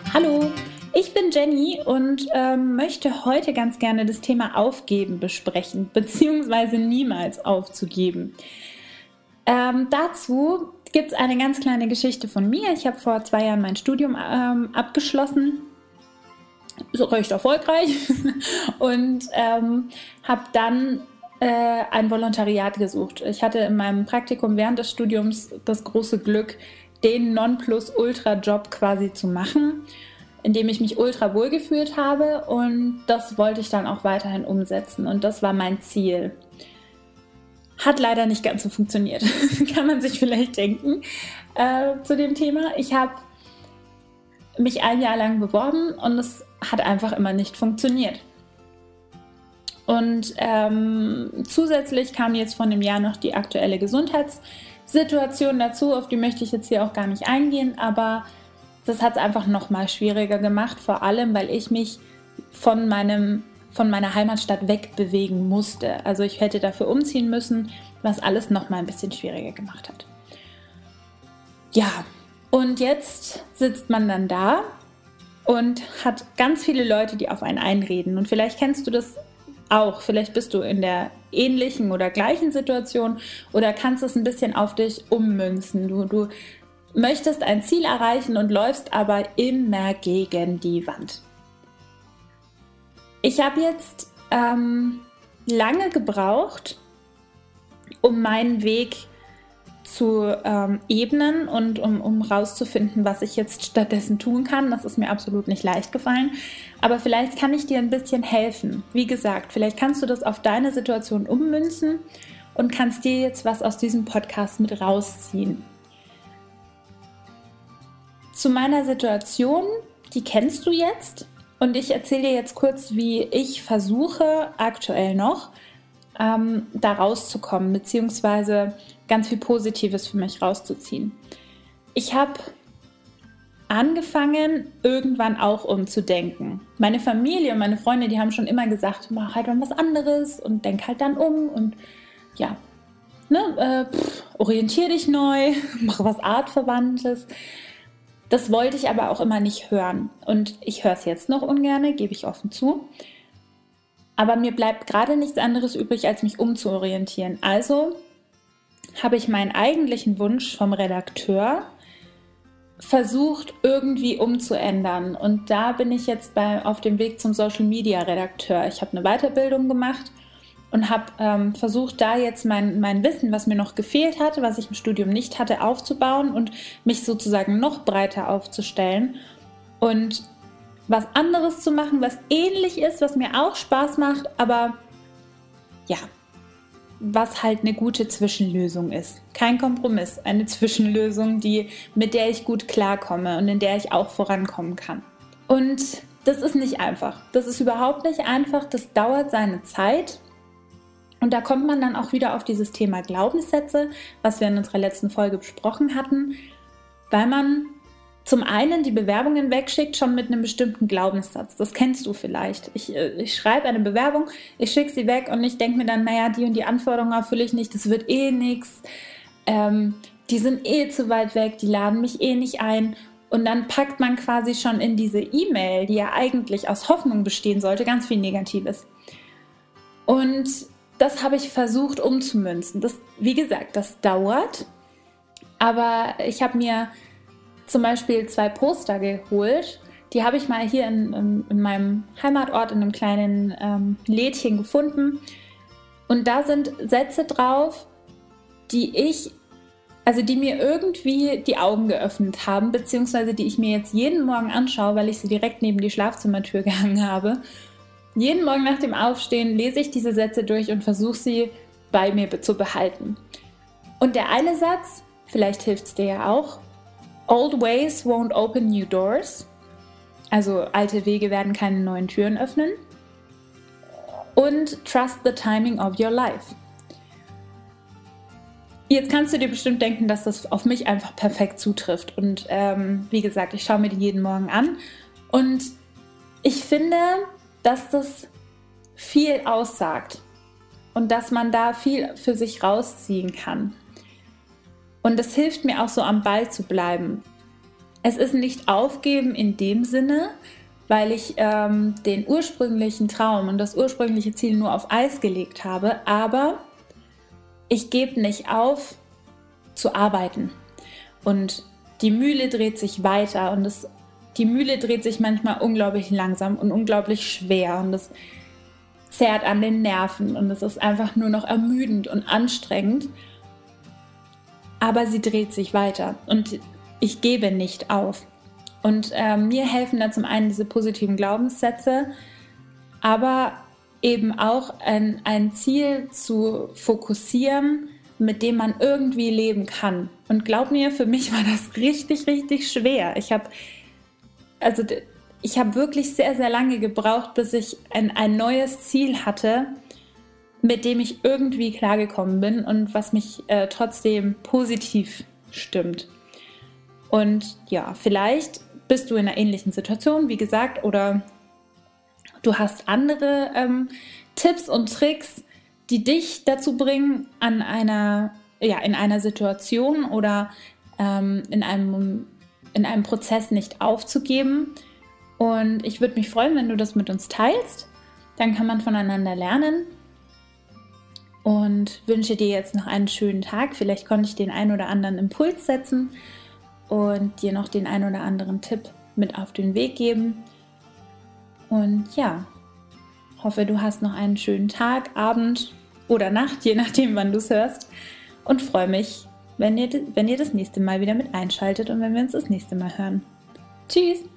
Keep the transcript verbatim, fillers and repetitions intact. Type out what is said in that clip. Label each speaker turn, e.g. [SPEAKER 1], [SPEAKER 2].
[SPEAKER 1] Hallo, ich bin Jenny und ähm, möchte heute ganz gerne das Thema Aufgeben besprechen, beziehungsweise niemals aufzugeben. Ähm, dazu gibt es eine ganz kleine Geschichte von mir. Ich habe vor zwei Jahren mein Studium ähm, abgeschlossen, so recht erfolgreich, und ähm, habe dann äh, ein Volontariat gesucht. Ich hatte in meinem Praktikum während des Studiums das große Glück, den Nonplusultra-Job quasi zu machen, in dem ich mich ultra wohl gefühlt habe, und das wollte ich dann auch weiterhin umsetzen und das war mein Ziel. Hat leider nicht ganz so funktioniert, kann man sich vielleicht denken, äh, zu dem Thema. Ich habe mich ein Jahr lang beworben und es hat einfach immer nicht funktioniert. Und ähm, zusätzlich kam jetzt von dem Jahr noch die aktuelle Gesundheitssituation dazu, auf die möchte ich jetzt hier auch gar nicht eingehen, aber das hat es einfach noch mal schwieriger gemacht, vor allem, weil ich mich von, meinem, von meiner Heimatstadt wegbewegen musste. Also ich hätte dafür umziehen müssen, was alles noch mal ein bisschen schwieriger gemacht hat. Ja, und jetzt sitzt man dann da und hat ganz viele Leute, die auf einen einreden. Und vielleicht kennst du das auch, vielleicht bist du in der ähnlichen oder gleichen Situation oder kannst es ein bisschen auf dich ummünzen. Du, du möchtest ein Ziel erreichen und läufst aber immer gegen die Wand. Ich habe jetzt ähm, lange gebraucht, um meinen Weg zu ähm, ebnen und um, um rauszufinden, was ich jetzt stattdessen tun kann. Das ist mir absolut nicht leicht gefallen, aber vielleicht kann ich dir ein bisschen helfen. Wie gesagt, vielleicht kannst du das auf deine Situation ummünzen und kannst dir jetzt was aus diesem Podcast mit rausziehen. Zu meiner Situation, die kennst du jetzt, und ich erzähle dir jetzt kurz, wie ich versuche, aktuell noch, ähm, da rauszukommen, beziehungsweise ganz viel Positives für mich rauszuziehen. Ich habe angefangen, irgendwann auch umzudenken. Meine Familie und meine Freunde, die haben schon immer gesagt, mach halt mal was anderes und denk halt dann um und ja, ne, äh, pff, orientier dich neu, mach was Artverwandtes. Das wollte ich aber auch immer nicht hören. Und ich höre es jetzt noch ungern, gebe ich offen zu. Aber mir bleibt gerade nichts anderes übrig, als mich umzuorientieren. Also habe ich meinen eigentlichen Wunsch vom Redakteur versucht, irgendwie umzuändern. Und da bin ich jetzt bei, auf dem Weg zum Social Media Redakteur. Ich habe eine Weiterbildung gemacht und habe ähm, versucht, da jetzt mein, mein Wissen, was mir noch gefehlt hatte, was ich im Studium nicht hatte, aufzubauen und mich sozusagen noch breiter aufzustellen und was anderes zu machen, was ähnlich ist, was mir auch Spaß macht, aber ja, was halt eine gute Zwischenlösung ist. Kein Kompromiss, eine Zwischenlösung, die, mit der ich gut klarkomme und in der ich auch vorankommen kann. Und das ist nicht einfach. Das ist überhaupt nicht einfach. Das dauert seine Zeit. Und da kommt man dann auch wieder auf dieses Thema Glaubenssätze, was wir in unserer letzten Folge besprochen hatten, weil man zum einen die Bewerbungen wegschickt, schon mit einem bestimmten Glaubenssatz. Das kennst du vielleicht. Ich, ich schreibe eine Bewerbung, ich schicke sie weg und ich denke mir dann, naja, die und die Anforderungen erfülle ich nicht, das wird eh nichts. Ähm, die sind eh zu weit weg, die laden mich eh nicht ein. Und dann packt man quasi schon in diese E-Mail, die ja eigentlich aus Hoffnung bestehen sollte, ganz viel Negatives. Und das habe ich versucht umzumünzen. Das, wie gesagt, das dauert, aber ich habe mir zum Beispiel zwei Poster geholt. Die habe ich mal hier in, in, in meinem Heimatort in einem kleinen ähm, Lädchen gefunden. Und da sind Sätze drauf, die ich, also die mir irgendwie die Augen geöffnet haben, beziehungsweise die ich mir jetzt jeden Morgen anschaue, weil ich sie direkt neben die Schlafzimmertür gehangen habe. Jeden Morgen nach dem Aufstehen lese ich diese Sätze durch und versuche sie bei mir zu behalten. Und der eine Satz, vielleicht hilft es dir ja auch: Old ways won't open new doors. Also alte Wege werden keine neuen Türen öffnen. Und trust the timing of your life. Jetzt kannst du dir bestimmt denken, dass das auf mich einfach perfekt zutrifft. Und ähm, wie gesagt, ich schaue mir die jeden Morgen an. Und ich finde, dass das viel aussagt. Und dass man da viel für sich rausziehen kann. Und es hilft mir auch so, am Ball zu bleiben. es ist nicht aufgeben in dem Sinne, weil ich ähm, den ursprünglichen Traum und das ursprüngliche Ziel nur auf Eis gelegt habe, aber ich gebe nicht auf zu arbeiten. Und die Mühle dreht sich weiter und es, die Mühle dreht sich manchmal unglaublich langsam und unglaublich schwer und es zerrt an den Nerven und es ist einfach nur noch ermüdend und anstrengend. Aber sie dreht sich weiter und ich gebe nicht auf. Und äh, mir helfen da zum einen diese positiven Glaubenssätze, aber eben auch ein, ein Ziel zu fokussieren, mit dem man irgendwie leben kann. Und glaub mir, für mich war das richtig, richtig schwer. Ich habe also, ich habe wirklich sehr, sehr lange gebraucht, bis ich ein, ein neues Ziel hatte, mit dem ich irgendwie klargekommen bin und was mich äh, trotzdem positiv stimmt. Und ja, vielleicht bist du in einer ähnlichen Situation, wie gesagt, oder du hast andere ähm, Tipps und Tricks, die dich dazu bringen, an einer, ja, in einer Situation oder ähm, in einem, in einem Prozess nicht aufzugeben. Und ich würde mich freuen, wenn du das mit uns teilst. Dann kann man voneinander lernen. Und wünsche dir jetzt noch einen schönen Tag. Vielleicht konnte ich den einen oder anderen Impuls setzen und dir noch den einen oder anderen Tipp mit auf den Weg geben. Und ja, hoffe, du hast noch einen schönen Tag, Abend oder Nacht, je nachdem, wann du es hörst. Und freue mich, wenn ihr, wenn ihr das nächste Mal wieder mit einschaltet und wenn wir uns das nächste Mal hören. Tschüss!